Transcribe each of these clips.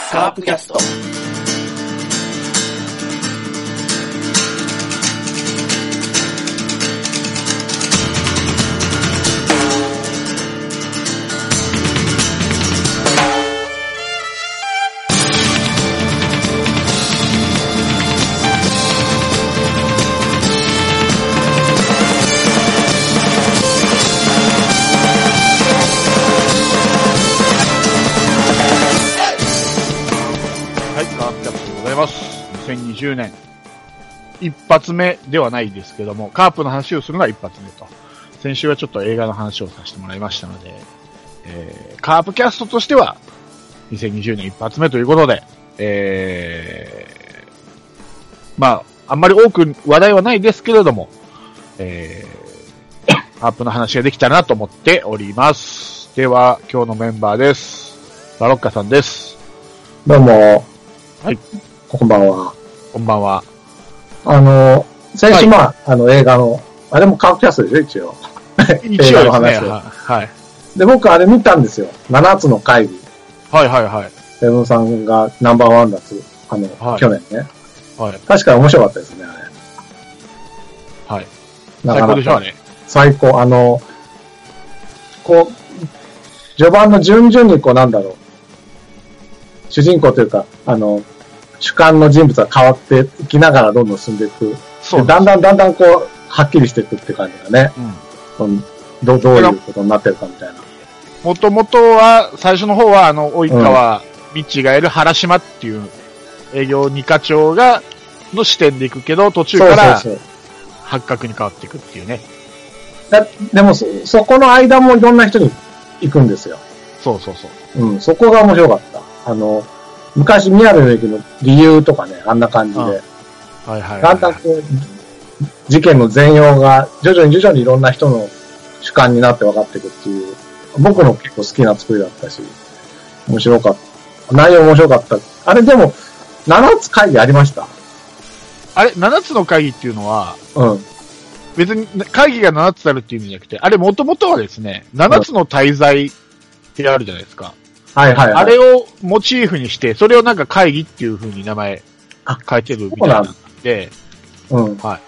カープキャスト。 2020年一発目ではないですけども、カープの話をするのは一発目と。先週はちょっと映画の話をさせてもらいましたので、カープキャストとしては2020年一発目ということで、まああんまり多く話題はないですけれども、カープの話ができたらなと思っております。では今日のメンバーです。バロッカさんです。 どうも。 はい。 こんばんは。 こんばんは。 先週、はい、映画の、あれもカープキャストでしょ、一応。映画の話を。 はい。 で、僕あれ見たんですよ。7つの会議。 はいはいはい。 セブンさんがナンバーワンだつ、はい、去年ね。はい。確かに面白かったですね、 あれ。はい。最高でしょうね。 最高。序盤の順々になんだろう。主人公というか、主観の人物が変わっていきながらどんどん進んでいく。そう。だんだんはっきりしていくって感じがね。うん。どういうことになってるかみたいな。 もともとは、最初の方は、及川みちがいる原島っていう営業二課長の視点でいくけど、途中から八角に変わっていくっていうね。 でもそこの間もいろんな人に行くんですよ。 そう。 うん、そこが面白かった。昔、宮部の駅の理由とかね、あんな感じで。はいはい。だんだん事件の全容が徐々にいろんな人の主観になって分かっていくっていう、僕の結構好きな作りだったし、面白かった。内容面白かった。あれでも、7つ会議ありました。 あれ、7つの会議っていうのは、 うん。 別に会議が7つあるっていう意味じゃなくて、あれもともとはですね、7つの大罪ってあるじゃないですか。 はいはいはい。 あれをモチーフにして、それをなんか会議っていう風に名前変えてるみたいなんで、 うん。 はい。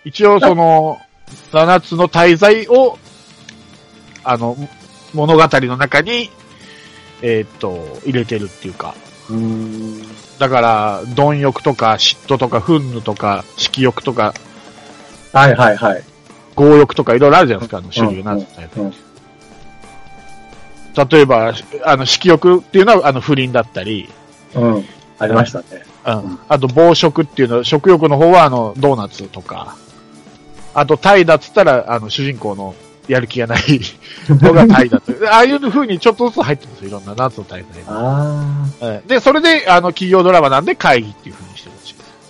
一応7つの大罪を、物語の中に、入れてるっていうか。だから、貪欲とか嫉妬とか憤怒とか色欲とか、 はいはいはい。 強欲とかいろいろあるじゃないですか、種類7つのタイプ。例えば、色欲っていうのは、不倫だったり。 うん。ありましたね。 うん。あと、暴食っていうのは、食欲の方は、ドーナツとか。あと、タイだっつったら、主人公のやる気がないのがタイだと。ああいう風にちょっとずつ入ってますよ。いろんな7つのタイプで。で、それで、企業ドラマなんで会議っていう風にしてるらし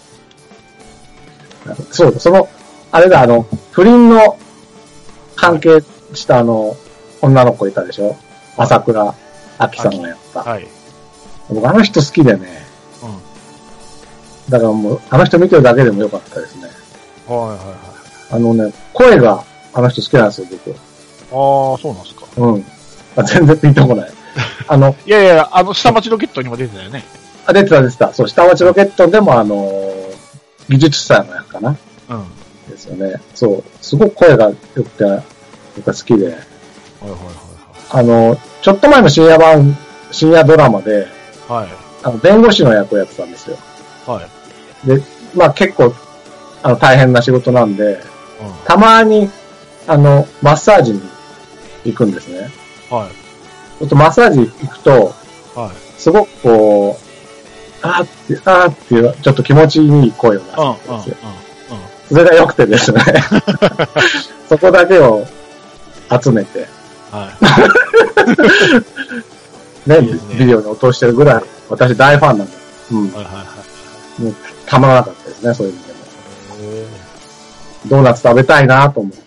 いです。 そうだ、あれだ、不倫の関係した女の子いたでしょ、朝倉あきさんがやった。はい。僕あの人好きでね。うん。だからもう、あの人見てるだけでもよかったですね。はいはいはい。声があの人好きなんですよ、僕。 ああ、そうなんですか。 うん。全然ピンとこない。 いやいや、下町ロケットにも出てたよね。 出てた。そう、下町ロケットでも技術者の役かな。うん。ですよね。そう。すごく声が良くて、僕は好きで。はいはいはい。ちょっと前の深夜ドラマで、はい。弁護士の役をやってたんですよ。はい。で、まあ結構、大変な仕事なんで、うん、たまに、マッサージに行くんですね。はい。ちょっとマッサージ行くと、はい。すごくあーっていう、ちょっと気持ちいい声を出すんですよ。それが良くてですね。そこだけを集めて。はい。ね、ビデオに落としてるぐらい、私大ファンなんです。うん。はいはいはい。もう、たまらなかったですね、そういう意味でも。ドーナツ食べたいなと思って。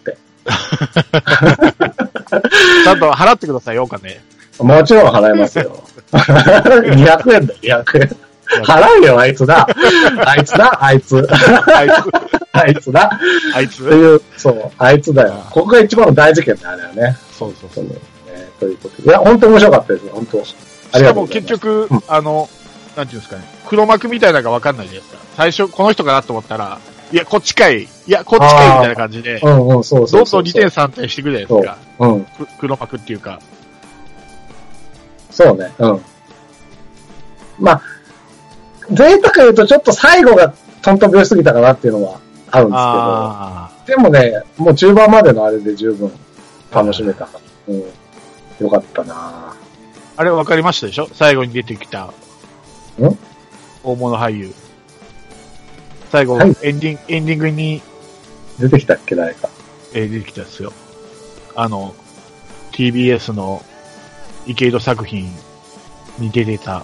ちゃんと払ってくださいよ、お金。 もちろん払いますよ。200円だよ、200円。払うよ、あいつだ。あいつだ。あいつだ。 あいつっていう、そう、あいつだよ。ここが一番の大事件だよね。 そう。 ということで。いや、本当面白かったですよ、本当。 しかも結局、 なんていうんですかね、黒幕みたいなのがわかんないじゃないですか。最初、この人かなと思ったら、いや、こっちかい、いや、こっちかいみたいな感じで、 うんうん、そうそうそう。 どんどん2点3点してくるじゃないですか。 うん。 黒幕っていうか。 そうね、うん。まあ、贅沢言うとちょっと最後がトントン拍子すぎたかなっていうのはあるんですけど、でもね、もう中盤までのあれで十分楽しめたから、うん。よかったなあれ分かりましたでしょ？最後に出てきた。大物俳優。最後、はい、エンディングに。 出てきたっけ、誰か。 出てきたですよ。TBS の池井戸作品に出てた。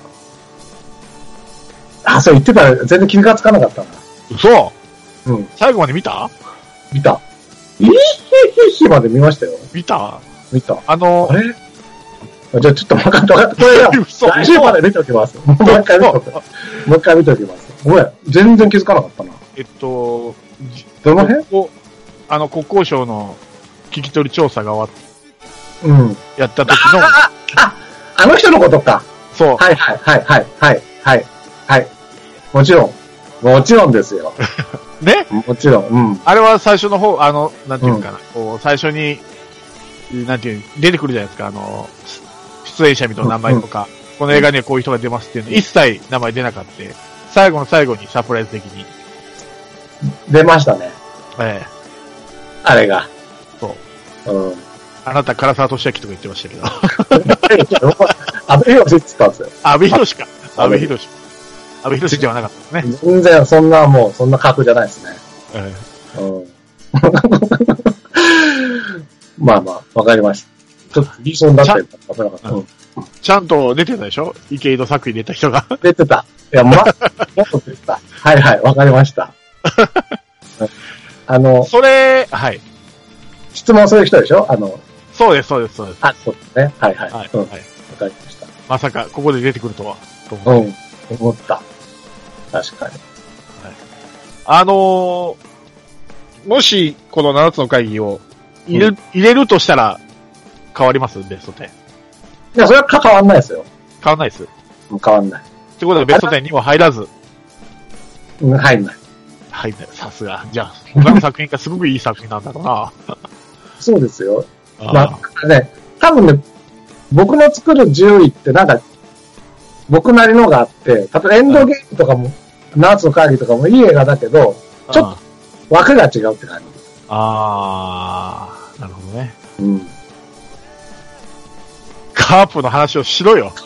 あ、そう言ってたら全然気がつかなかったな。 嘘？ うん。 最後まで見た？ 見た。まで見ましたよ。 見た？ あれじゃあちょっと分かった。これ来週まで見ておきます。もう一回見ておきます。ごめん。全然気づかなかったな。 どの辺？ 国交省の聞き取り調査が終わっうん。 やった時の。 あの人のことか。 そう。 はい。もちろんですよ。 ね？ もちろん。うん。 あれは最初の方、なんていうかな、こう、最初に、なんていう、出てくるじゃないですか、出演者みたいな名前とか、この映画にはこういう人が出ますっていうの、一切名前出なかった。最後の最後にサプライズ的に。 出ましたね。あれが。 そう。 うん。 あなた、唐沢俊明とか言ってましたけど。 阿部寛って言ったんですよ。 阿部寛か。阿部寛ではなかったですね。 全然、そんな格じゃないですね。まあまあ、わかりました。ちょっと言いそうになってるから、危なかった。 ちゃんと出てたでしょ？池井戸作品出た人が。 出てた。いや、もっと出てた。はい、わかりました。 それ、はい。 質問する人でしょ？ そうです。あ、 そうですね。はい。わかりました。 まさか、ここで出てくるとは。 思った。確かに。 もし、この7つの会議を入れるとしたら、変わりますベスト10。いや、それは変わんないですよ。 変わんないです。 変わんない。 ってことはベスト10にも入らず。 入んない。 さすが。じゃあ、他の作品がすごくいい作品なんだろうな。 そうですよ。まあ、ね、多分ね、僕の作る10位ってなんか、僕なりのがあって、例えばエンドゲームとかも、7つの会議とかもいい映画だけど、ちょっと枠が違うって感じ。 なるほどね。 うん。 カープの話をしろよ。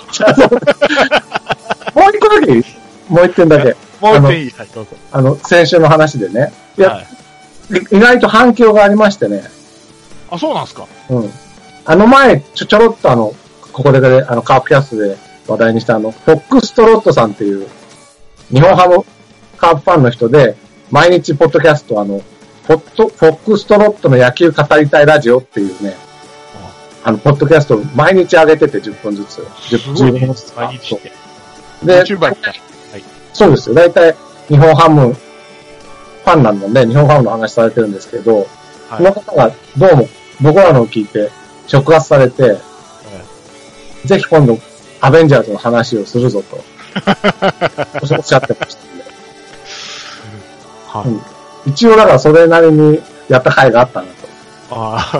もう一個だけいい？もう一点だけ。 もう一点いい？はい、どうぞ。 先週の話でね。いや、意外と反響がありましてね。 あ、そうなんですか？ うん。前、ちょろっとここで、カープキャストで話題にしたフォックストロットさんっていう、日本ハムカープファンの人で、毎日ポッドキャストフォックストロットの野球語りたいラジオっていうね、ポッドキャストを毎日上げてて10分ずつ。10分ずつ。 毎日で。 で、 はい、 そうですよ。だいたい日本ハムファンなんで、日本ハムの話されてるんですけど、この方がどうも僕らのを聞いて触発されて、ぜひ今度アベンジャーズの話をするぞと、おっしゃってましたね。一応だからそれなりにやった回があったなと。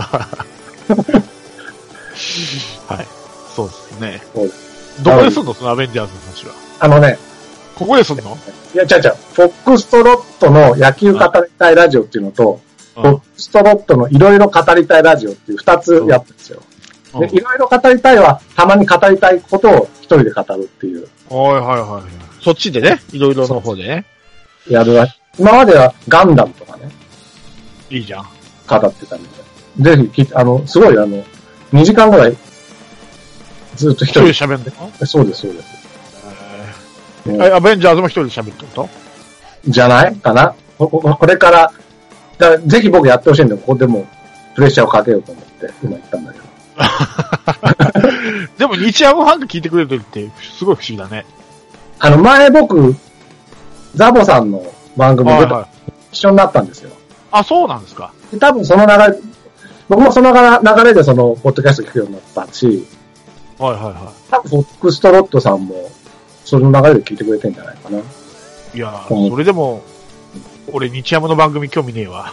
はい。そうですね。どこですんのそのアベンジャーズの話は。ここですんの？ いや、フォックストロットの野球語りたいラジオっていうのと、フォックストロットのいろいろ語りたいラジオっていう2つやってるんですよ。で、いろいろ語りたいは、たまに語りたいことを一人で語るっていう。 はい。そっちでね、いろいろの方でね。 やるらしい。今まではガンダムとかね。 いいじゃん。 語ってたみたい。ぜひ、すごい2時間ぐらい、ずっと一人で喋るんだよ。 そうです。 アベンジャーズも一人で喋ってるとじゃないかな。これから、ぜひ僕やってほしいんで、ここでもプレッシャーをかけようと思って今言ったんだけど。 でも日ハムファンが聞いてくれてるってすごい不思議だね。 前僕、ザボさんの番組で一緒になったんですよ。 あ、そうなんですか。 多分その流れ、僕もその流れでポッドキャスト聞くようになったし、 多分フォックストロットさんもその流れで聞いてくれてんじゃないかな。 いやそれでも、俺、日ハムの番組興味ねえわ。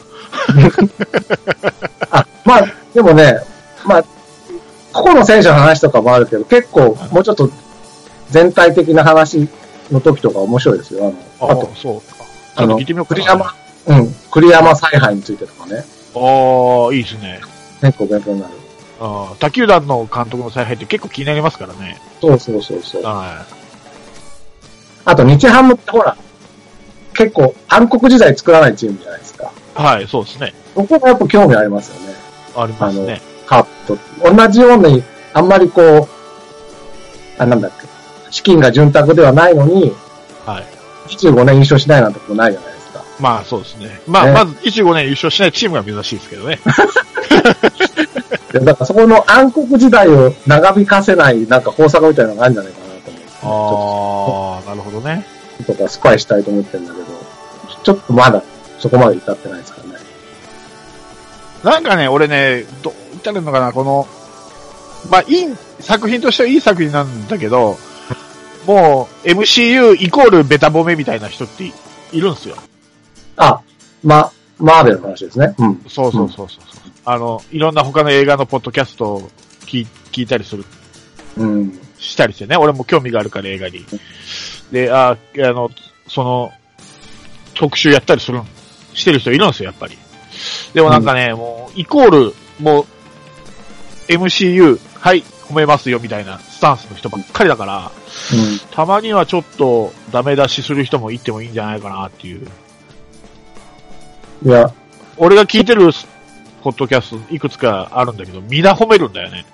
まあ、でもね、まあ、個々の選手の話とかもあるけど、結構、もうちょっと全体的な話の時とか面白いですよ。あと、 そうか。聞いてみようかな。栗山采配についてとかね。 いいですね。 結構勉強になる。 他球団の監督の采配って結構気になりますからね。 そう。 はい。 あと、日ハムってほら、結構暗黒時代作らないチームじゃないですか。 はい、そうですね。 そこがやっぱ興味ありますよね。 ありますね。 カープと。同じように、あんまりこう、なんだっけ、資金が潤沢ではないのに、 はい。 25年優勝しないなんてことないじゃないですか。 まあそうですね。まあ、まず25年優勝しないチームが珍しいですけどね。 だからそこの暗黒時代を長引かせないなんか方策みたいなのがあるんじゃないかなと思って。 なるほどね。 とかスパイしたいと思ってるんだけど、ちょっとまだそこまで至ってないですからね。 なんかね、俺ね、どう言ったらいいのかな、この、まあ作品としてはいい作品なんだけど、もう MCU イコールベタ褒めみたいな人っているんですよ。 マーベルの話ですね。うん。 そう。いろんな他の映画のポッドキャストを聞いたりする。したりしてね。俺も興味があるから映画に。で、その、特集やったりしてる人いるんですよ、やっぱり。でもなんかね、もう、イコール、もう、MCU、はい、褒めますよ、みたいなスタンスの人ばっかりだから、たまにはちょっとダメ出しする人もいてもいいんじゃないかなっていう。 いや、 俺が聞いてるポッドキャストいくつかあるんだけど、みんな褒めるんだよね。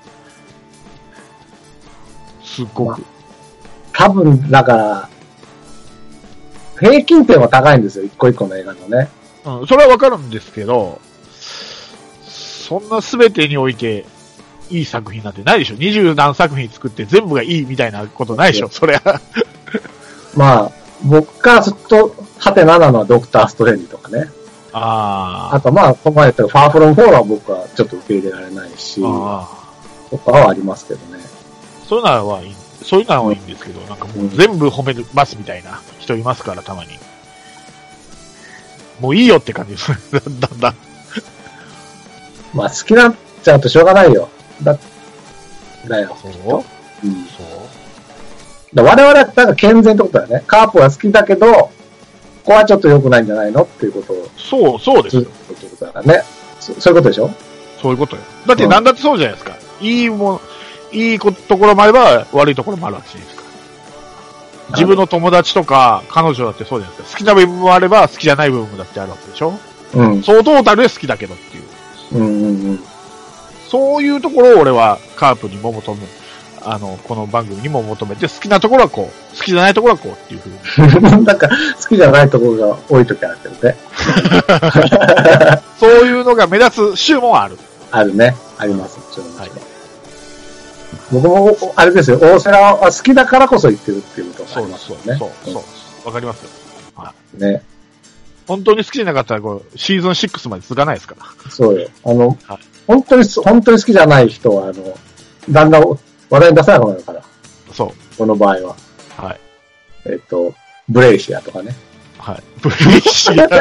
すっごく。 多分、だから、平均点は高いんですよ、一個一個の映画のね。 それはわかるんですけど、そんな全てにおいて、いい作品なんてないでしょ。20何作品作って全部がいいみたいなことないでしょ、そりゃ。 まあ、僕からずっと、ハテナなのはドクターストレンジとかね。あとまあ、ここまで言ったらファーフロムフォーは僕はちょっと受け入れられないし、とかはありますけどね。 そういうのはいいんですけど、なんかもう全部褒めますみたいな人いますから、たまに。もういいよって感じです。だんだん。 まあ、好きになっちゃうとしょうがないよ。だよ。 そうそう。我々はなんか健全ってことだよね。カープは好きだけど、ここはちょっと良くないんじゃないのっていうことを。 そうですよ。 ってことだからね。そういうことでしょ？ そういうことよ。だって何だってそうじゃないですか。いいところもあれば悪いところもあるわけじゃないですか。自分の友達とか彼女だってそうじゃないですか。好きな部分もあれば好きじゃない部分だってあるわけでしょ？そうトータルで好きだけどっていう。そういうところを俺はカープにも求め、この番組にも求めて、好きなところはこう、好きじゃないところはこうっていう風に。なんか、好きじゃないところが多い時あるけどね。 そういうのが目立つ週もある。 あるね。あります。はい、僕も、あれですよ、大瀬良は好きだからこそ言ってるっていうことがありますよね。 そう。わかりますよ。はい。 ね。 本当に好きじゃなかったら、シーズン6まで続かないですから。 そうよ。本当に好きじゃない人は、だんだん話題に出さなくなるから。 そう。 この場合は。 はい。 ブレイシアとかね。 はい。ブレイシア。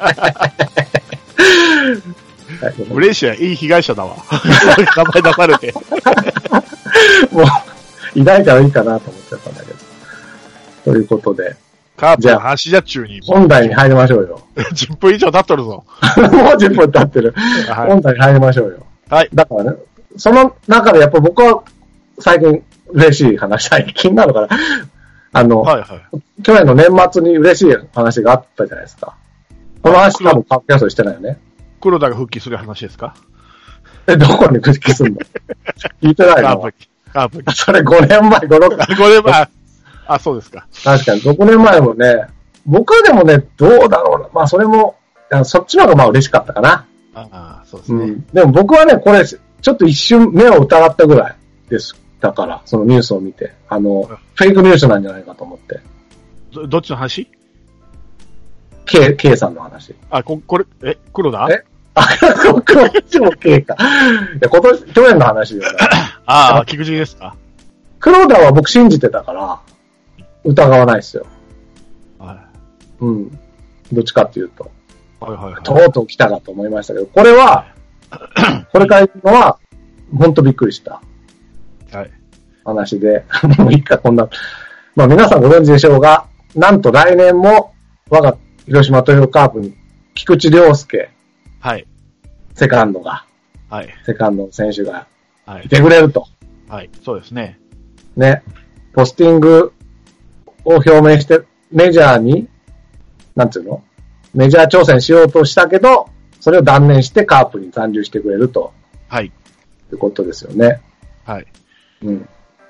ブレイシア、いい被害者だわ。名前出されて。 もう、いないからいいかなと思ってたんだけど。ということで。 カープの橋じゃ中に。 本題に入りましょうよ。 10分以上経っとるぞ。もう10分経ってる。はい、本題に入りましょうよ。 はい。 だからね、その中でやっぱ僕は最近嬉しい話、最近なのかな。去年の年末に嬉しい話があったじゃないですか。この話多分カープキャストしてないよね。 黒田が復帰する話ですか？ どこに復帰するの？聞いてないの？ カープに。 それ5年前、5年前。あ、そうですか。 確かに、6年前もね、僕はでもね、どうだろうな。まあ、それも、そっちの方がまあ嬉しかったかな。 そうですね。 でも僕はね、これ、ちょっと一瞬目を疑ったぐらいです。だから、そのニュースを見て。フェイクニュースなんじゃないかと思って。 どっちの話 ？K さんの話。 これ、黒田？ こっちも K か。いや、去年の話よ。 菊池ですか？ 黒田は僕信じてたから。 疑わないですよ。 はい。 うん。どっちかっていうと。 はいはいはい。 とうとう来たかと思いましたけど、これは、これから言うのは、ほんとびっくりしたはい。 話で、もういいか、こんな。まあ皆さんご存知でしょうが、なんと来年も我が広島東洋カープに菊池涼介、 はい。 セカンドが、 はい。 セカンドの選手がはい。 いてくれると。 はい。そうですね。 ね。ポスティングを表明して、メジャーに、なんていうの？メジャー挑戦しようとしたけど、それを断念してカープに残留してくれると。 はい。 ってことですよね。 はい。 うん。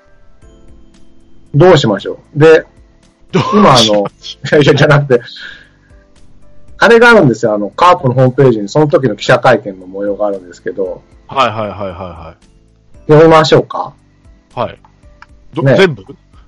どうしましょう。で、今いやじゃなくて、あれがあるんですよ。カープのホームページにその時の記者会見の模様があるんですけど。 はいはいはいはいはい。 読みましょうか。 はい。 ね、 全部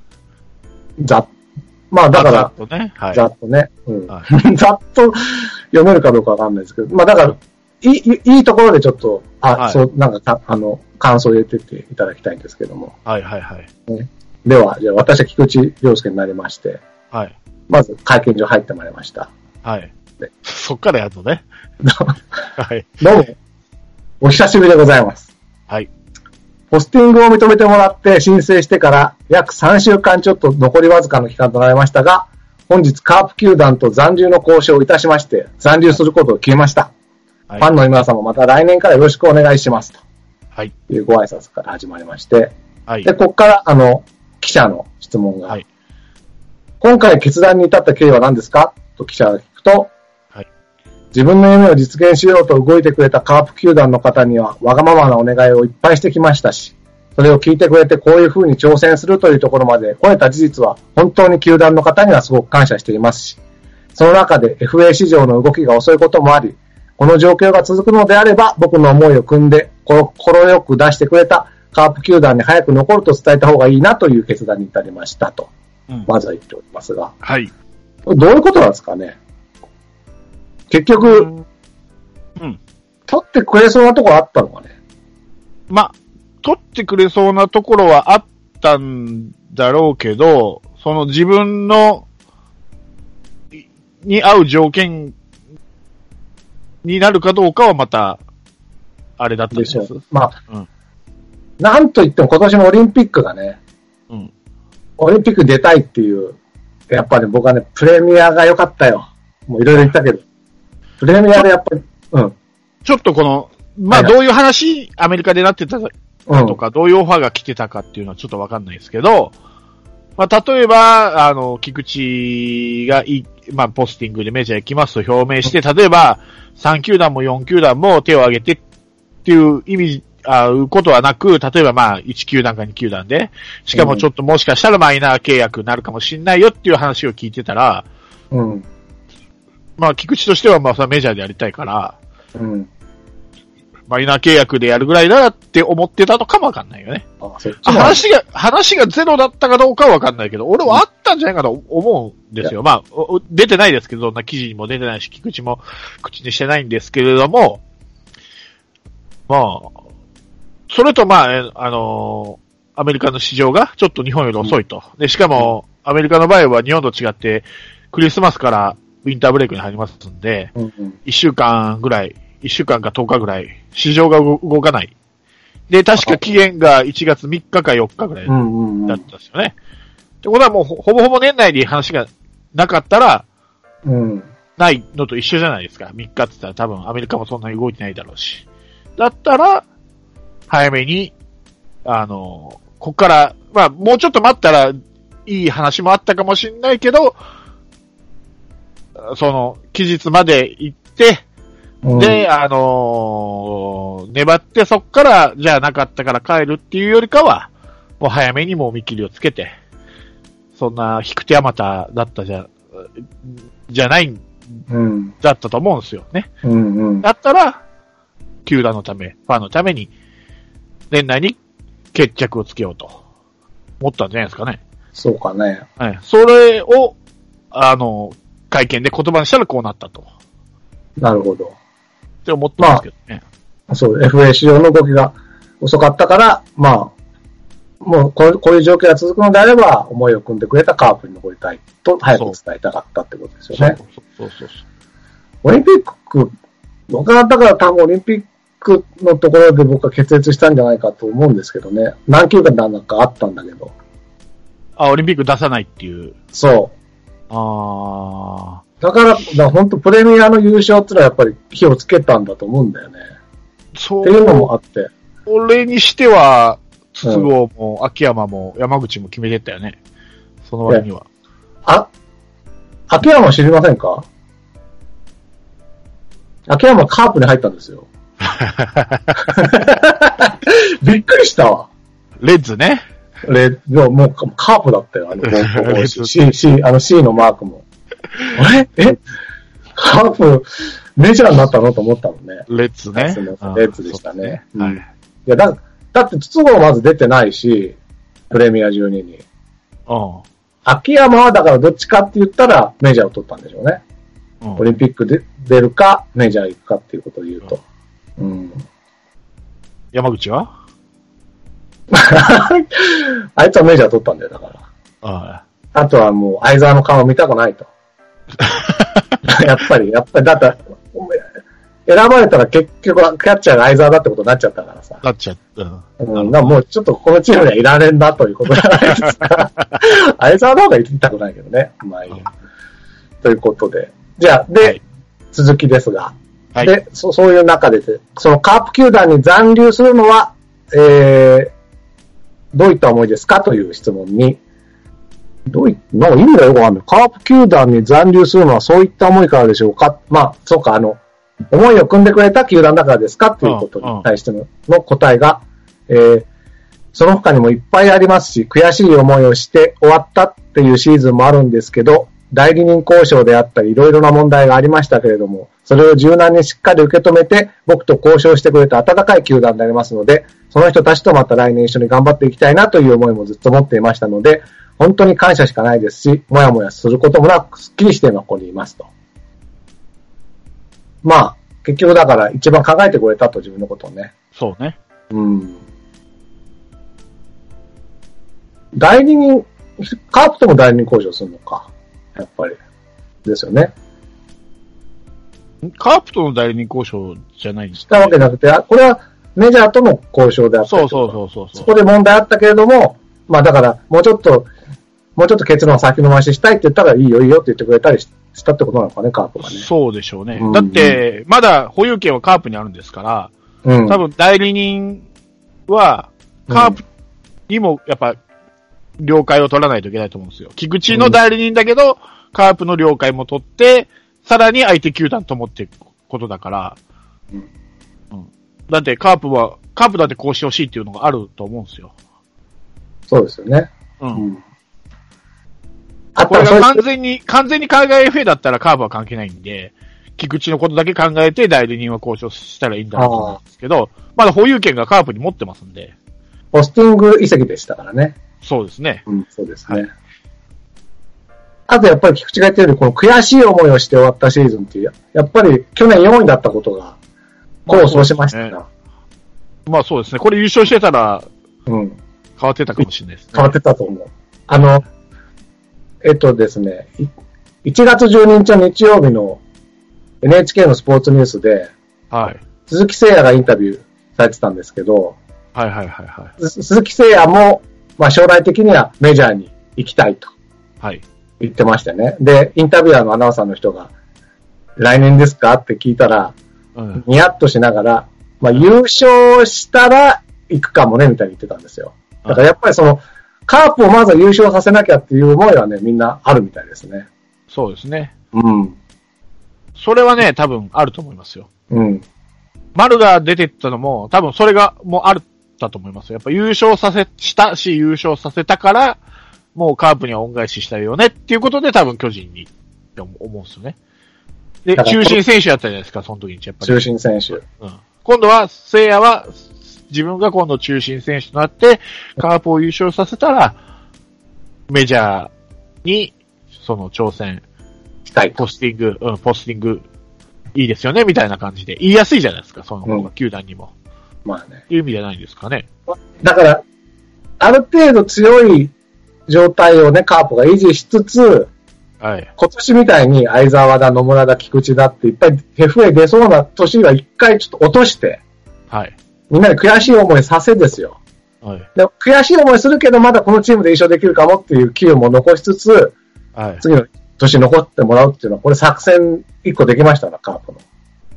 まあだから、 ざっとね。はい。 ざっとね。うん。 はい、 ざっと読めるかどうかわかんないですけど。まあだから、いいところでちょっと、はい、そう、なんか感想を入れてっていただきたいんですけども。 はいはいはい。 ね、では、じゃあ私は菊池涼介になりまして。 はい。 まず会見場入ってまいりました。 はい。そっからやるとね。 はい。どうも、お久しぶりでございます。 はい。 ポスティングを認めてもらって申請してから約3週間ちょっと残りわずかの期間となりましたが、本日カープ球団と残留の交渉をいたしまして、残留することを決めました。はい、ファンの皆様また来年からよろしくお願いしますと。はい。いうご挨拶から始まりまして、はい。で、ここから記者の質問が。はい。今回決断に至った経緯は何ですかと記者が聞くと、はい。自分の夢を実現しようと動いてくれたカープ球団の方にはわがままなお願いをいっぱいしてきましたし、それを聞いてくれてこういう風に挑戦するというところまで来れた事実は本当に球団の方にはすごく感謝していますし、その中で FA 市場の動きが遅いこともあり、この状況が続くのであれば僕の思いを汲んで心よく出してくれたカープ球団に早く残ると伝えた方がいいなという決断に至りましたと、まずは言っておりますが、はい。どういうことなんですかね。結局、取ってくれそうなところあったのかね。 ま、取ってくれそうなところはあったんだろうけど、その自分に合う条件になるかどうかはまた、あれだったんです。 まあ、なんといっても今年のオリンピックがね、オリンピック出たいっていう、やっぱり僕はね、プレミアが良かったよ。もういろいろ言ったけど。プレミアでやっぱり、 ちょっとこの、まあどういう話、アメリカでなってたとか、どういうオファーが来てたかっていうのはちょっとわかんないですけど、まあ例えば、菊池がまあポスティングでメジャー行きますと表明して、例えば3球団も4球団も手を挙げてっていう意味、ことはなく、例えばまあ1球団か2球団で、しかもちょっともしかしたらマイナー契約になるかもしれないよっていう話を聞いてたら、まあ菊池としてはまあメジャーでやりたいから、マイナー契約でやるぐらいならって思ってたのかもわかんないよね。話がゼロだったかどうかはわかんないけど、俺はあったんじゃないかと思うんですよ。まあ、出てないですけど、そんな記事にも出てないし、菊池も口にしてないんですけれども、まあ、それとまあ、アメリカの市場がちょっと日本より遅いと。で、しかも、アメリカの場合は日本と違って、クリスマスからウィンターブレイクに入りますんで、1週間か10日ぐらい、市場が動かない。で、確か期限が1月3日か4日ぐらいだったんですよね。ってことはもうほぼほぼ年内に話がなかったら、ないのと一緒じゃないですか。3日って言ったら多分アメリカもそんなに動いてないだろうし。だったら、早めに、こっから、まあ、もうちょっと待ったら、いい話もあったかもしれないけど、その、期日まで行って、で、粘ってそっから、じゃあなかったから帰るっていうよりかは、もう早めにもう見切りをつけて、そんな引く手あまただったじゃない、だったと思うんですよね。だったら、球団のため、ファンのために、年内に決着をつけようと思ったんじゃないですかね。 そうかね。 はい。それを、会見で言葉にしたらこうなったと。 なるほど。 って思ったんですけどね。 そう、FA 市場の動きが遅かったから、まあ、 もうこういう状況が続くのであれば、思いを組んでくれたカープに残りたいと早く伝えたかったってことですよね。 そう。 オリンピック、僕はだから多分オリンピックのところで僕は決裂したんじゃないかと思うんですけどね。何球かなんかあったんだけど。 オリンピック出さないっていう。 そう。だから本当プレミアの優勝ってのはやっぱり火をつけたんだと思うんだよね。そう。っていうのもあって。 俺にしては、筒香も秋山も山口も決めてったよね。その割には。 秋山知りませんか？秋山カープに入ったんですよ。びっくりしたわ。 レッズね。 もうカープだったよ。C のマークも。あれカープメジャーになったのと思ったもんね。 レッズね。 レッズでしたね。はい。いやだって筒香まず出てないし、プレミア12に。秋山はだからどっちかって言ったらメジャーを取ったんでしょうね。オリンピックで出るか、メジャー行くかっていうことを言うと。 山口はあいつはメジャー取ったんだよ、だから。あとはもう、相沢の顔見たくないと。やっぱり、だって、選ばれたら結局キャッチャーが相沢だってことになっちゃったからさ。 なっちゃった。 もうちょっとこのチームにはいられんなということじゃないですか。相沢の方が言いたくないけどね。まあいいや。ということで。じゃあ、続きですが。で、そういう中で、そのカープ球団に残留するのは、どういった思いですかという質問に、なんか意味がよくわかんない。カープ球団に残留するのはそういった思いからでしょうか？まあ、そうか、思いを組んでくれた球団だからですかということに対しての答えが、その他にもいっぱいありますし、悔しい思いをして終わったっていうシーズンもあるんですけど、代理人交渉であったりいろいろな問題がありましたけれども、それを柔軟にしっかり受け止めて僕と交渉してくれた温かい球団でありますので、その人たちとまた来年一緒に頑張っていきたいなという思いもずっと持っていましたので、本当に感謝しかないですし、もやもやすることもなくすっきりして今ここにいますと。まあ、結局だから一番考えてくれたと自分のことをね。 そうね。 代理人、カープとも代理人交渉するのか。やっぱり。ですよね。 カープとの代理人交渉じゃないんですか、ね。したわけなくて、これはメジャーとの交渉であった。 そう。 そこで問題あったけれども、まあだから、もうちょっと結論を先延ばししたいって言ったらいいよって言ってくれたりしたってことなのかね、カープがね。 そうでしょうね。だって、まだ保有権はカープにあるんですから、多分代理人は、カープにもやっぱ、了解を取らないといけないと思うんですよ。菊池の代理人だけど、カープの了解も取って、さらに相手球団と思っていくことだから、だってカープだってこうしてほしいっていうのがあると思うんですよ。 そうですよね。 これが完全に海外 FA だったらカープは関係ないんで、菊池のことだけ考えて代理人は交渉したらいいんだろうと思うんですけど、まだ保有権がカープに持ってますんで。 ポスティング移籍でしたからね。 そうですね。 そうですね。あとやっぱり菊池が言ったように、この悔しい思いをして終わったシーズンっていう、やっぱり去年4位だったことが、功を奏しましたから。 まあそうですね。これ優勝してたら、変わってたかもしれないですね。 変わってたと思う。ですね、1月12日の日曜日の NHK のスポーツニュースで、鈴木誠也がインタビューされてたんですけど、鈴木誠也も、まあ将来的にはメジャーに行きたいと。言ってましたね。で、インタビュアーのアナウンサーの人が、来年ですかって聞いたら、ニヤッとしながら、まあ優勝したら行くかもね、みたいに言ってたんですよ。だからやっぱりカープをまず優勝させなきゃっていう思いはね、みんなあるみたいですね。 そうですね。それはね、多分あると思いますよ。丸が出てったのも、多分それがもうあったと思いますよ。やっぱ優勝したし、優勝させたから、もうカープには恩返ししたいよねっていうことで多分巨人にって思うんですよね。で、中心選手やったじゃないですか、その時にやっぱり。 中心選手。 今度は、聖夜は、自分が今度中心選手となって、カープを優勝させたら、メジャーに、挑戦したい。ポスティング、いいですよね、みたいな感じで。言いやすいじゃないですか、球団にも。 まあね。 いう意味じゃないですかね。 だから、 ある程度強い状態をね、カープが維持しつつ、 はい。 今年みたいに相沢だ、野村だ、菊池だっていっぱい FA 出そうな年は一回ちょっと落として、 はい。 みんなで悔しい思いさせですよ。 はい。 で悔しい思いするけど、まだこのチームで優勝できるかもっていう機運も残しつつ、 はい。 次の年残ってもらうっていうのは、これ作戦一個できましたな、カープの。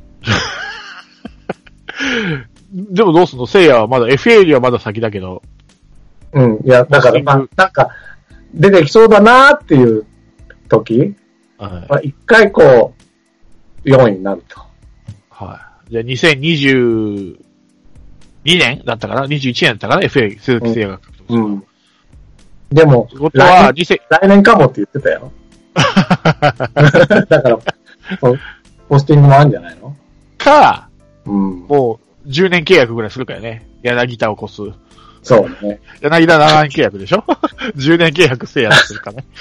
でもどうすんの？聖夜はまだ、FA よりはまだ先だけど。 うん。いや、だから、まあ、なんか、出てきそうだなーっていう時、はい。まあ、一回こう、4位になると。 はい。じゃあ2022年だったかな ?21 年だったかな ?FA、鈴木聖夜が獲得した。うん。 でも、来年かもって言ってたよ。だから、ポスティングもあるんじゃないのか、うん、もう10年契約ぐらいするからね。柳田を越す。 そうね。 柳田7年契約でしょ ?10 年契約せやするかね。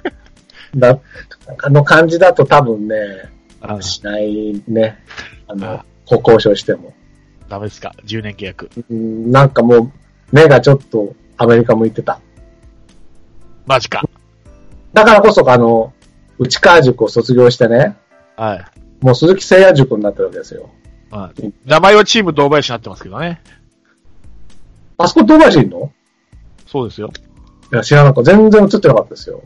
あの感じだと多分ね、しないね。交渉しても。 ダメですか ?10 年契約。 なんかもう、目がちょっとアメリカ向いてた。 マジか。 だからこそ内川塾を卒業してね。 はい。 もう鈴木誠也塾になってるわけですよ。 はい。名前はチーム堂林になってますけどね。 あそこ堂林いんの？ そうですよ。 いや、知らなかった。全然映ってなかったですよ。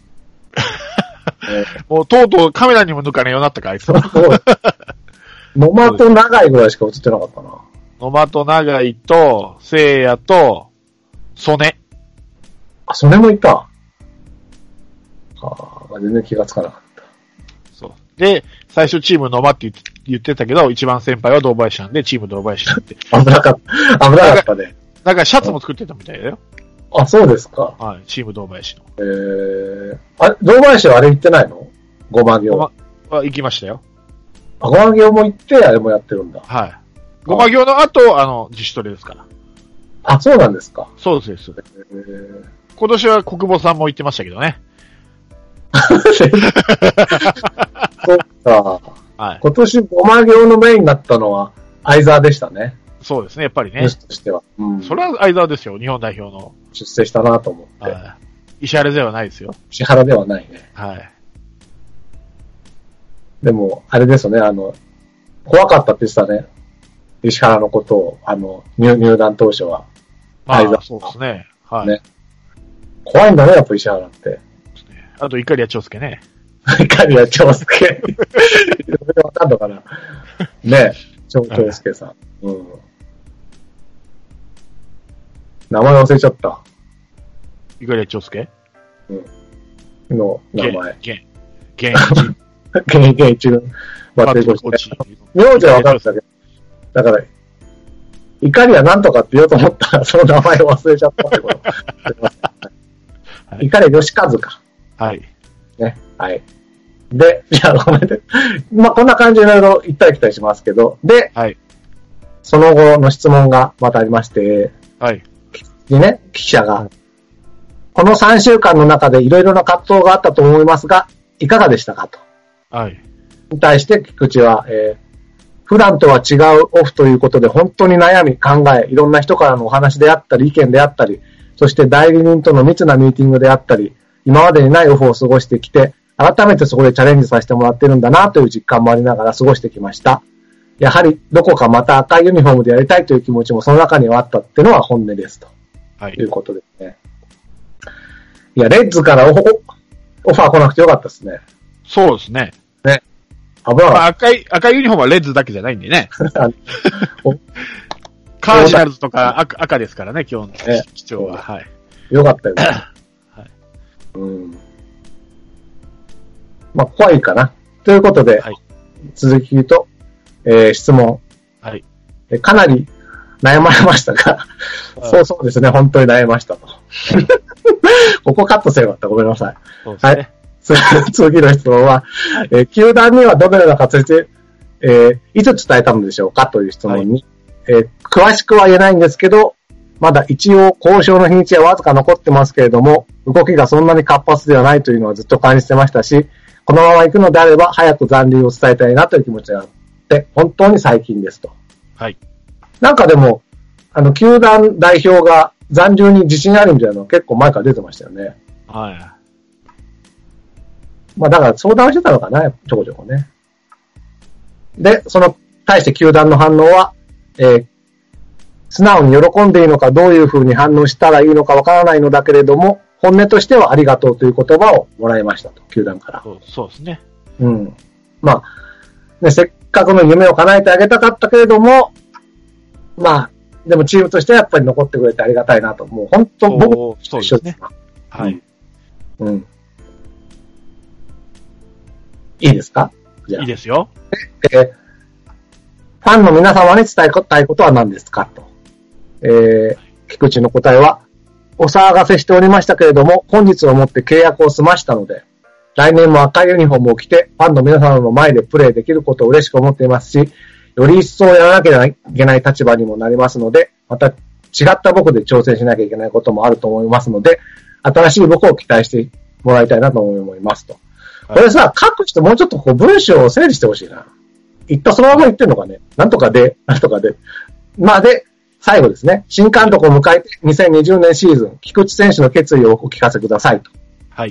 もうとうとうカメラにも抜かねえようになったか、あいつ。 野間と長井ぐらいしか映ってなかったな。 野間と長井と、聖也と、曽根。 あ、曽根もいた。全然気がつかなかった。 そう。で、最初チーム野間って言ってたけど、一番先輩は堂林なんで、チーム堂林になって。 危なかったね。 なんかシャツも作ってたみたいだよ。 あ、そうですか。 はい、チーム堂林の。 あれ、堂林はあれ行ってないの？ごま行。 行きましたよ。 あ、ごま行も行って、あれもやってるんだ。 はい。ごま行の後、自主トレですから。 あ、そうなんですか。 そうです。今年は国母さんも行ってましたけどね。 そうか。はい。今年ごま行のメインになったのは相沢でしたね。 そうですね、やっぱりね。 ニュースとしては。 うん。それは相沢ですよ、日本代表の。 出世したなと思って。 はい。石原ではないですよ。 石原ではないね。 はい。 でも、あれですよね、怖かったって言ってたね。石原のことを、入団当初は。 相沢。そうですね。はい。ね。 怖いんだね、やっぱ石原って。 あと、碇長介ね。 碇長介。わかんのかな。ね、長介さん。うん。名前忘れちゃった。 碇長介？ うん。の名前。 現一のバッテリーコーチ。名字は分かったけど。だから、怒りは何とかって言おうと思ったら、その名前を忘れちゃったってこと。怒り義和か。 はい。 ね。はい。で、じゃあごめんね。まあ、こんな感じでいろいろ行ったり来たりしますけど、で、 はい。 その後の質問がまたありまして、 はい。 でね、記者が、この3週間の中でいろいろな葛藤があったと思いますが、いかがでしたかと。 はい。 に対して菊池は、普段とは違うオフということで本当に悩み、考え、いろんな人からのお話であったり、意見であったり、そして代理人との密なミーティングであったり、今までにないオフを過ごしてきて、改めてそこでチャレンジさせてもらってるんだなという実感もありながら過ごしてきました。やはりどこかまた赤いユニフォームでやりたいという気持ちもその中にはあったっていうのは本音ですと。はい。いうことですね。いや、レッズからオファー来なくてよかったですね。 そうですね。 ね。危なかった。 赤いユニフォームはレッズだけじゃないんでね。カージナルズとか赤ですからね、今日の基調は。はい。 よかったよね。はい。うん。まあ、怖いかな。ということで、はい、続き言うと、質問。 はい。 かなり悩まれましたが、そうですね、本当に悩みましたと。ここカットせよかった。ごめんなさい。 そうですね。 はい。次の質問は、球団にはどのような形で、いつ伝えたのでしょうかという質問に、はい、詳しくは言えないんですけど、まだ一応交渉の日にちはわずか残ってますけれども、動きがそんなに活発ではないというのはずっと感じてましたし、このまま行くのであれば早く残留を伝えたいなという気持ちがあって、本当に最近ですと。 はい。 なんかでも、球団代表が残留に自信あるみたいなの結構前から出てましたよね。 はい。 まあだから相談してたのかな、ちょこちょこね。で、対して球団の反応は、素直に喜んでいいのかどういう風に反応したらいいのかわからないのだけれども、本音としてはありがとうという言葉をもらいましたと、球団から。 そうですね。 うん。まあ、ね、せっかくの夢を叶えてあげたかったけれども、まあ、でもチームとしてはやっぱり残ってくれてありがたいなと。もう本当僕も一緒ですね。 はい。 うん。いいですか？じゃあ。 いいですよ。 ファンの皆様に伝えたいことは何ですかと。菊池の答えは、お騒がせしておりましたけれども、本日をもって契約を済ましたので、来年も赤いユニフォームを着て、ファンの皆様の前でプレーできることを嬉しく思っていますし、より一層やらなきゃいけない立場にもなりますので、また違った僕で挑戦しなきゃいけないこともあると思いますので、新しい僕を期待してもらいたいなと思いますと。これさ、書く人もうちょっと文章を整理してほしいな。そのまま言ってんのかね。なんとかで。まあで、最後ですね。新監督を迎えて2020年シーズン、菊池選手の決意をお聞かせくださいと。 はい。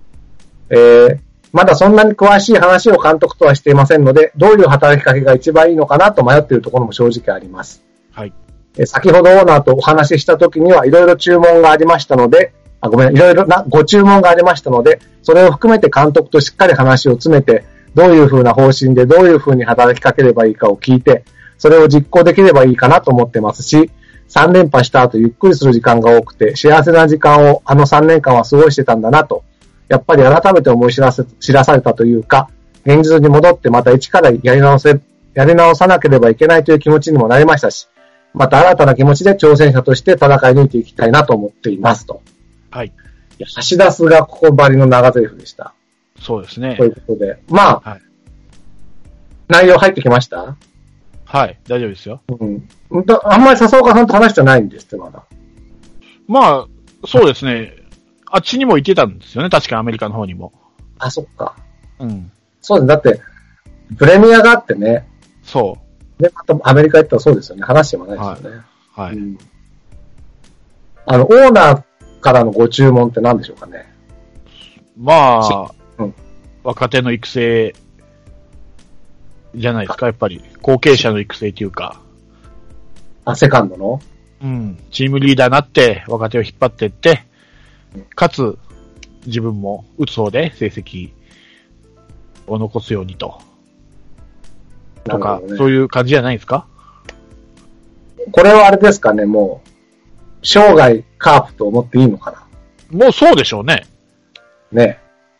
まだそんなに詳しい話を監督とはしていませんので、どういう働きかけが一番いいのかなと迷っているところも正直あります。 はい。 先ほどオーナーとお話しした時にはいろいろ注文がありましたので、いろいろなご注文がありましたので、それを含めて監督としっかり話を詰めて、どういう風な方針でどういう風に働きかければいいかを聞いて、それを実行できればいいかなと思ってますし、3連覇した後ゆっくりする時間が多くて、幸せな時間を3年間は過ごしてたんだなと、やっぱり改めて思い知らされたというか、現実に戻ってまた一からやり直さなければいけないという気持ちにもなりましたし、また新たな気持ちで挑戦者として戦い抜いていきたいなと思っていますと。 はい。 橋田須がここばりの長台詞でした。 そうですね。 ということで。まあ、はい、内容入ってきました？ はい、大丈夫ですよ。 うん。あんまり笹岡さんと話してないんですって、まだ。 まあ、そうですね。あっちにも行ってたんですよね。確かアメリカの方にも。 あ、そっか。 うん。 そうです。だって、プレミアがあってね。 そう。 で、またアメリカ行ったらそうですよね。話してもないですよね。 はい。はい。うん、 オーナーからのご注文って何でしょうかね。 まあ、うん、若手の育成じゃないですか、やっぱり。後継者の育成というか。 セカンドの？ うん。チームリーダーになって、若手を引っ張っていって、かつ、自分も打つ方で成績を残すようにと。とか、ね、そういう感じじゃないですか？ これはあれですかね、もう、生涯カープと思っていいのかな？ もうそうでしょうね。 ね。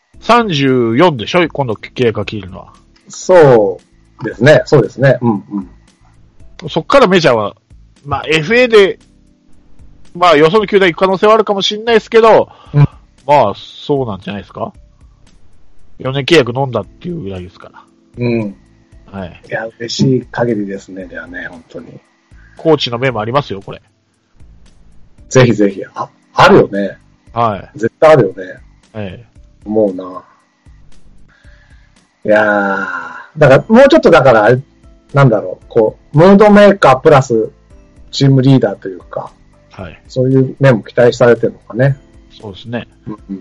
34でしょ？今度契約が切るのは。 そうですね。そうですね。うんうん。そっからメジャーは、まあ FA で、まあよその球団行く可能性はあるかもしれないですけど、うん、まあそうなんじゃないですか。4年契約飲んだっていうぐらいですから。 うん。 はい。 いや、嬉しい限りですね、ではね、本当に。 コーチの目もありますよ、これ。 ぜひぜひ。あるよね。 はい。 絶対あるよね。 ええ。 思うな。いやー、だから、もうちょっとだから、なんだろう、こう、ムードメーカープラス、チームリーダーというか、 はい。 そういう面も期待されてるのかね。 そうですね。 うんうん、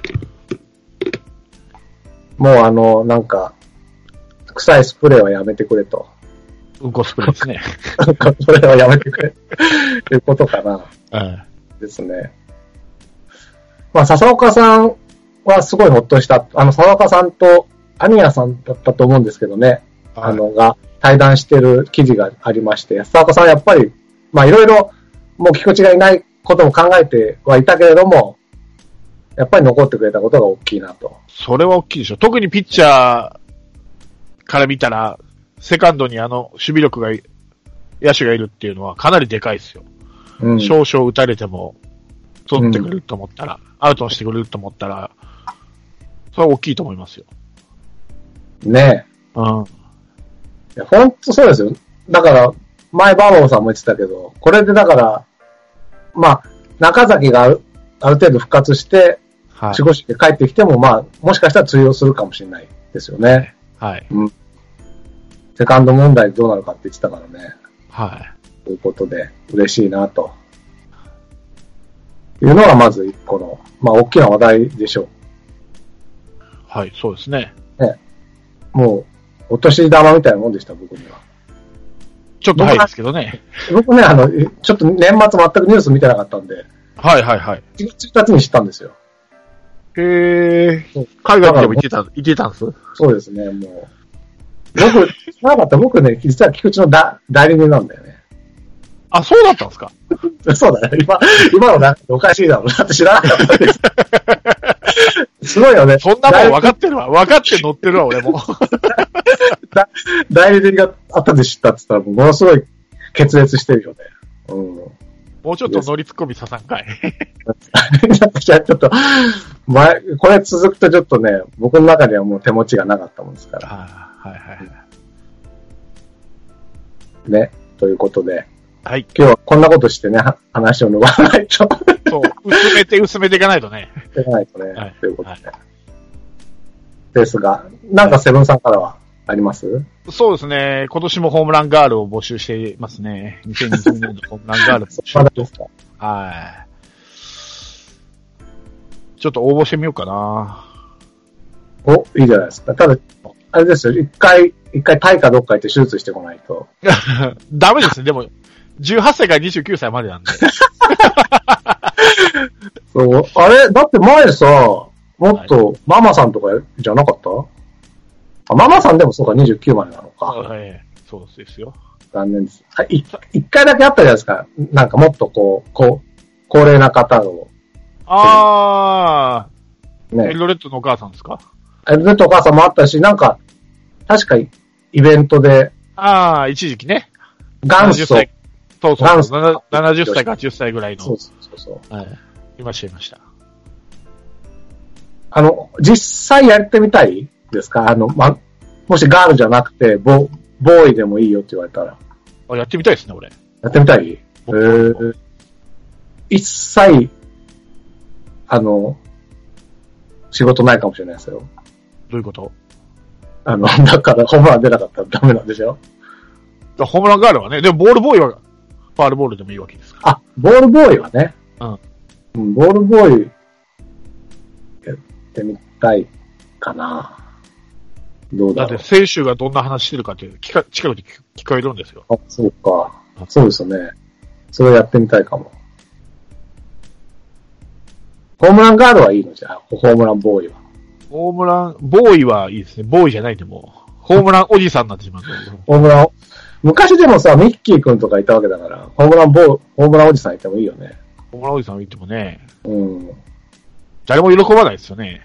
もうなんか、臭いスプレーはやめてくれと。 うんこスプレーですね。 うんこスプレーはやめてくれ。ということかな。 はい。 ですね。まあ、笹岡さんはすごいほっとした。笹岡さんとアニヤさんだったと思うんですけどね。はい、が対談してる記事がありまして、笹岡さんはやっぱり、まあいろいろ、もう菊池がいないことも考えてはいたけれども、やっぱり残ってくれたことが大きいなと。 それは大きいでしょ。特にピッチャーから見たら、セカンドに守備力が、野手がいるっていうのはかなりでかいですよ。うん、少々打たれても、取ってくれると思ったら、アウトにしてくれると思ったら、それは大きいと思いますよ。 ねえ。うん。いや、ほんとそうですよ。だから、前バーバーさんも言ってたけど、これでだから、まあ、中崎がある程度復活して、はい、守護神で帰ってきても、まあ、もしかしたら通用するかもしれないですよね。 はい。 うん。セカンド問題どうなるかって言ってたからね。 はい。 ということで、嬉しいなと。 いうのがまず一個の、まあ大きな話題でしょう。 はい、そうですね。 ね。もう、お年玉みたいなもんでした、僕には。 ちょっと早いですけどね。 僕ね、ちょっと年末全くニュース見てなかったんで。 はいはいはい。 1月に知ったんですよ。 へー。海外でも行ってたんです？ そうですね、もう。僕ね、実は菊池の代理人なんだよね。 あ、そうだったんですか？ そうだね。今のなんかおかしいだろうなって知らなかったです。すごいよね。 そんなもん分かってるわ。分かって乗ってるわ、俺も。 代理人が後で知ったって言ったら、ものすごい決裂してるよね。うん。 もうちょっと乗りツッコミささんかい。 いや、ちょっと、これ続くとちょっとね、僕の中ではもう手持ちがなかったもんですから。 はいはいはい。 ね、ということで。 はい。 今日はこんなことしてね、話を伸ばさないと。 そう、薄めていかないとね。 いかないとね、 はい、 ということで。はい、ですが、なんかセブンさんからはあります？ そうですね。今年もホームランガールを募集していますね。2020年のホームランガール募集。 まだですか？ はい。ちょっと応募してみようかな。 お、いいじゃないですか。ただ、あれですよ。一回タイかどっか行って手術してこないと。 ダメですね。でも、18歳から29歳までなんで。 そう、あれだって前さ、もっとママさんとかじゃなかった？あ、ママさんでもそうか、29までなのか。 はい、そうですよ。 残念です。はい、一回だけあったじゃないですか。なんかもっと高齢な方を。 ね。エルドレッドのお母さんですか？ エルドレッドお母さんもあったし、なんか、確かイベントで。 一時期ね。 元祖。そう 70歳か80歳ぐらいの。 そう。 はい。いました。 実際やってみたいですか？もしガールじゃなくて、ボーイでもいいよって言われたら。 やってみたいですね、俺。 やってみたい？一切、仕事ないかもしれないですよ。 どういうこと？ だからホームラン出なかったらダメなんでしょ？ ホームランガールはね、でもボールボーイは、ファールボールでもいいわけですから。 あ、ボールボーイはね。うん。ボールボーイ、やってみたいかな。どうだろう。 だって選手がどんな話してるかって近くで聞こえるんですよ。 あ、そうか。そうですよね。それをやってみたいかも。ホームランガールはいいのじゃあ、ホームランボーイは。 ホームラン、ボーイはいいですね。ボーイじゃないでもホームランおじさんになってしまう。 ホームラン、昔でもさ、ミッキーくんとかいたわけだから、ホームランおじさんいてもいいよね。 ホームランおじさんいてもね。 うん。 誰も喜ばないですよね。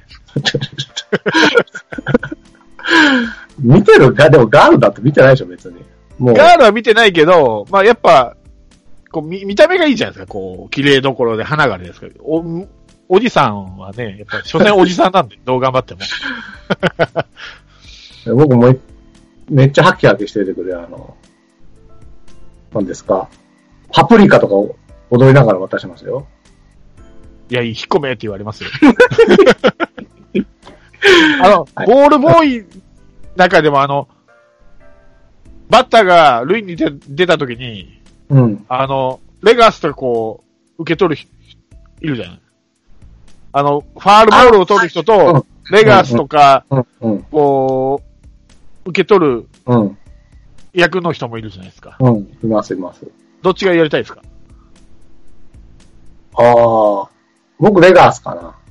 見てるでもガールだって見てないでしょ、別に。 もうガールは見てないけど、まあやっぱ、見た目がいいじゃないですか、綺麗どころで花があれですけど。おじさんはね、やっぱり、所詮おじさんなんで、どう頑張っても。 僕もめっちゃハキハキしててくれ、何ですか。パプリカとかを踊りながら渡しますよ。 いや、引っ込めって言われますよ。ボールボーイ中でもバッターが塁に出た時に、 うん。 レガスとか受け取る人いるじゃない。ファールボールを取る人と、レガスとか、受け取る役の人もいるじゃないですか。 うん、います。 どっちがやりたいですか？ 僕レガスかな。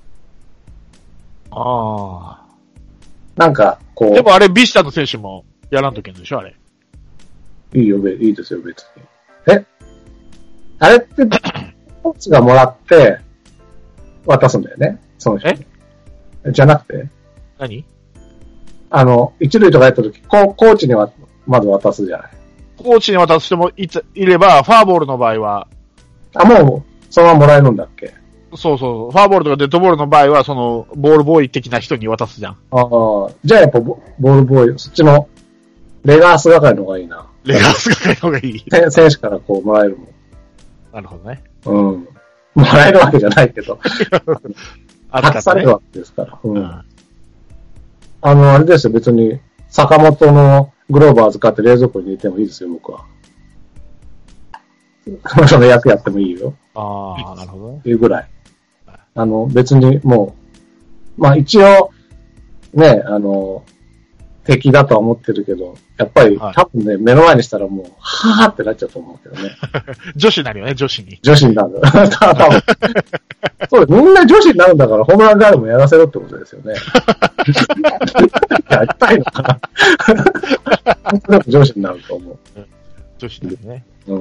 なんか、 でもあれ、ビシタの選手もやらんといけんでしょ、あれ。 いいいですよ、別に。あれって、コーチがもらって、渡すんだよね、その人。じゃなくて何？ 一塁とかやった時、コーチにはまず渡すじゃない。 コーチに渡す人もいれば、ファーボールの場合は。 もう、そのままもらえるんだっけ？ そう。ファーボールとかデッドボールの場合は、ボールボーイ的な人に渡すじゃん。 じゃあやっぱボールボーイ、そっちの、レガース係の方がいいな。 レガース係の方がいい。 選手からもらえるもん。 なるほどね。 うん。もらえるわけじゃないけど。託されるわけですから。うん。あれですよ、別に、坂本のグローバー使って冷蔵庫に入れてもいいですよ、僕は。 その役やってもいいよ。 ああ、なるほどね。 っていうぐらい。別にもう、まあ一応、ね、敵だとは思ってるけど、やっぱり、多分ね、目の前にしたらもう、はぁってなっちゃうと思うけどね。 女子になるよね、女子に。 女子になる。多分。そう、みんな女子になるんだから、ホームランガールもやらせろってことですよね。やりたいのかな。本当でも女子になると思う。 女子だよね。 うん。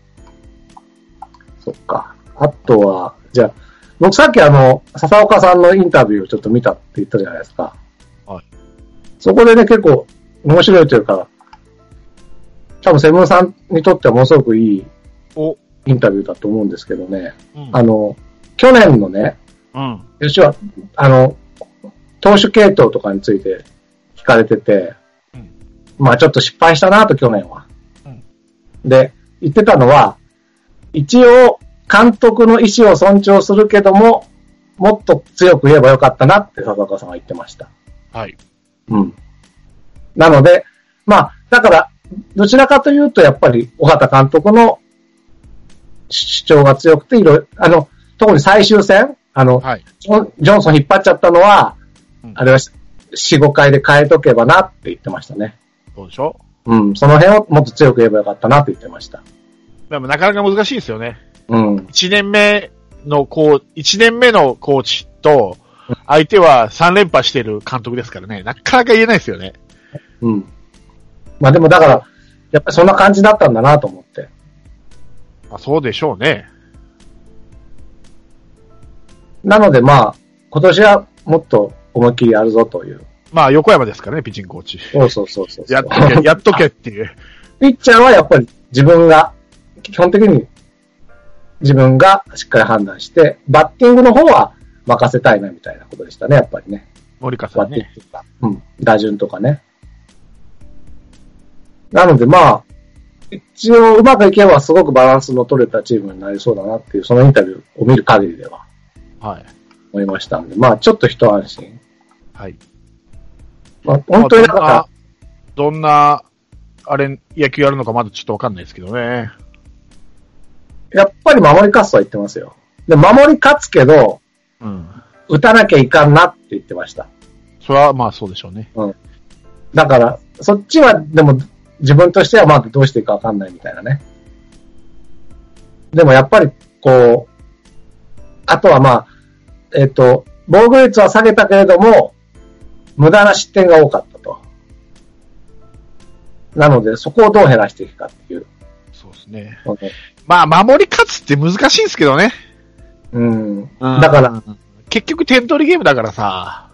そっか。あとは、じゃあ、僕さっき笹岡さんのインタビューをちょっと見たって言ったじゃないですか。はい。そこでね、結構面白いというか、多分セブンさんにとってはものすごくいいインタビューだと思うんですけどね。うん、去年のね、うん。吉は、投手系統とかについて聞かれてて、うん、まあちょっと失敗したなと去年は。うん、で、言ってたのは、一応、監督の意思を尊重するけども、もっと強く言えばよかったなって笹岡さんは言ってました。はい。うん。なので、まあ、だから、どちらかというと、やっぱり、尾形監督の主張が強くて、いろいろ、特に最終戦、はい、ジョンソン引っ張っちゃったのは、うん、あれは4、5回で変えとけばなって言ってましたね。 そうでしょ？ うん、その辺をもっと強く言えばよかったなって言ってました。 でもなかなか難しいですよね。 うん。 1年目のコーチと、相手は3連覇してる監督ですからね、なかなか言えないですよね。 うん。まあでもだから、やっぱりそんな感じだったんだなと思って。 あ、そうでしょうね。 なのでまあ、今年はもっと思いっきりやるぞという。 まあ横山ですからね、ピッチングコーチ。 そう。 やっとけっていう。 ピッチャーはやっぱり自分が、基本的に自分がしっかり判断して、バッティングの方は任せたいなみたいなことでしたね、やっぱりね。 森川さんね。 バッティングとか、うん、打順とかね。なのでまあ、一応うまくいけばすごくバランスの取れたチームになりそうだなっていう、そのインタビューを見る限りでは、はい。思いましたんで、まあちょっと一安心。はい。まあ本当にどんな、野球やるのかまだちょっとわかんないですけどね。 やっぱり守り勝つとは言ってますよ。で、守り勝つけど、うん。打たなきゃいかんなって言ってました。 それはまあそうでしょうね。 うん。だから、そっちは、でも、自分としてはまあどうしていいかわかんないみたいなね。でもやっぱり、こう、あとはまあ、防御率は下げたけれども、無駄な失点が多かったと。なので、そこをどう減らしていくかっていう。 そうですね。まあ、守り勝つって難しいんですけどね。 うん。だから、 結局点取りゲームだからさ。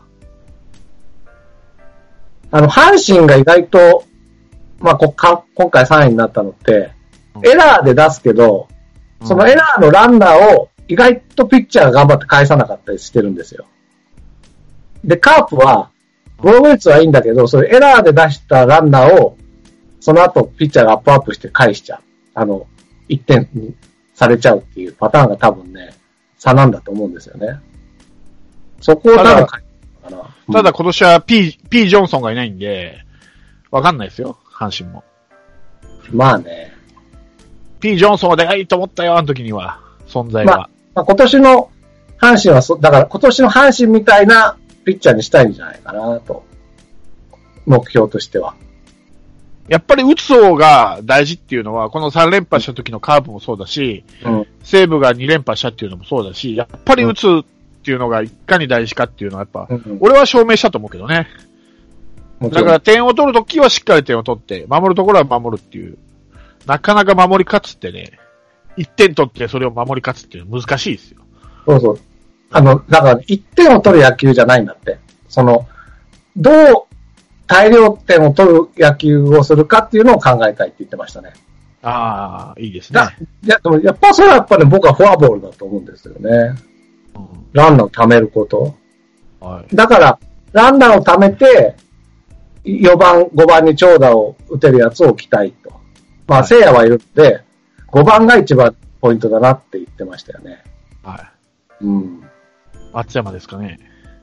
阪神が意外と、まあ、今回3位になったのって、エラーで出すけど、そのエラーのランナーを意外とピッチャーが頑張って返さなかったりしてるんですよ。で、カープは、防御率はいいんだけど、それエラーで出したランナーを、その後ピッチャーがアップして返しちゃう。1点にされちゃうっていうパターンが多分ね、差なんだと思うんですよね。そこをただただ今年は P ジョンソンがいないんで、わかんないですよ、阪神も。 まあね。 P ジョンソンはでかいと思ったよ、あの時には。存在は。 まあ、今年の阪神はだから今年の阪神みたいなピッチャーにしたいんじゃないかなと。目標としては。 やっぱり打つ方が大事っていうのは、この3連覇した時のカーブもそうだし、うん、西武が2連覇したっていうのもそうだし、やっぱり打つっていうのがいかに大事かっていうのはやっぱ、俺は証明したと思うけどね。だから点を取るときはしっかり点を取って、守るところは守るっていう。なかなか守り勝つってね、1点取ってそれを守り勝つっていうのは難しいですよ。 そうそう。だから1点を取る野球じゃないんだって。どう大量点を取る野球をするかっていうのを考えたいって言ってましたね。 ああ、いいですね。 でもやっぱそれはやっぱり僕はフォアボールだと思うんですよね。うん、ランナーを貯めること。はい、だから、ランナーを貯めて、4番、5番に長打を打てるやつを置きたいと。まあ、聖夜はいるんで、5番が一番ポイントだなって言ってましたよね。はい。うん。 松山ですかね。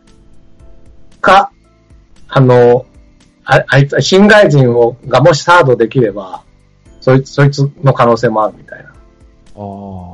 あいつ、新外人がもしサードできれば、そいつの可能性もあるみたいな。 あ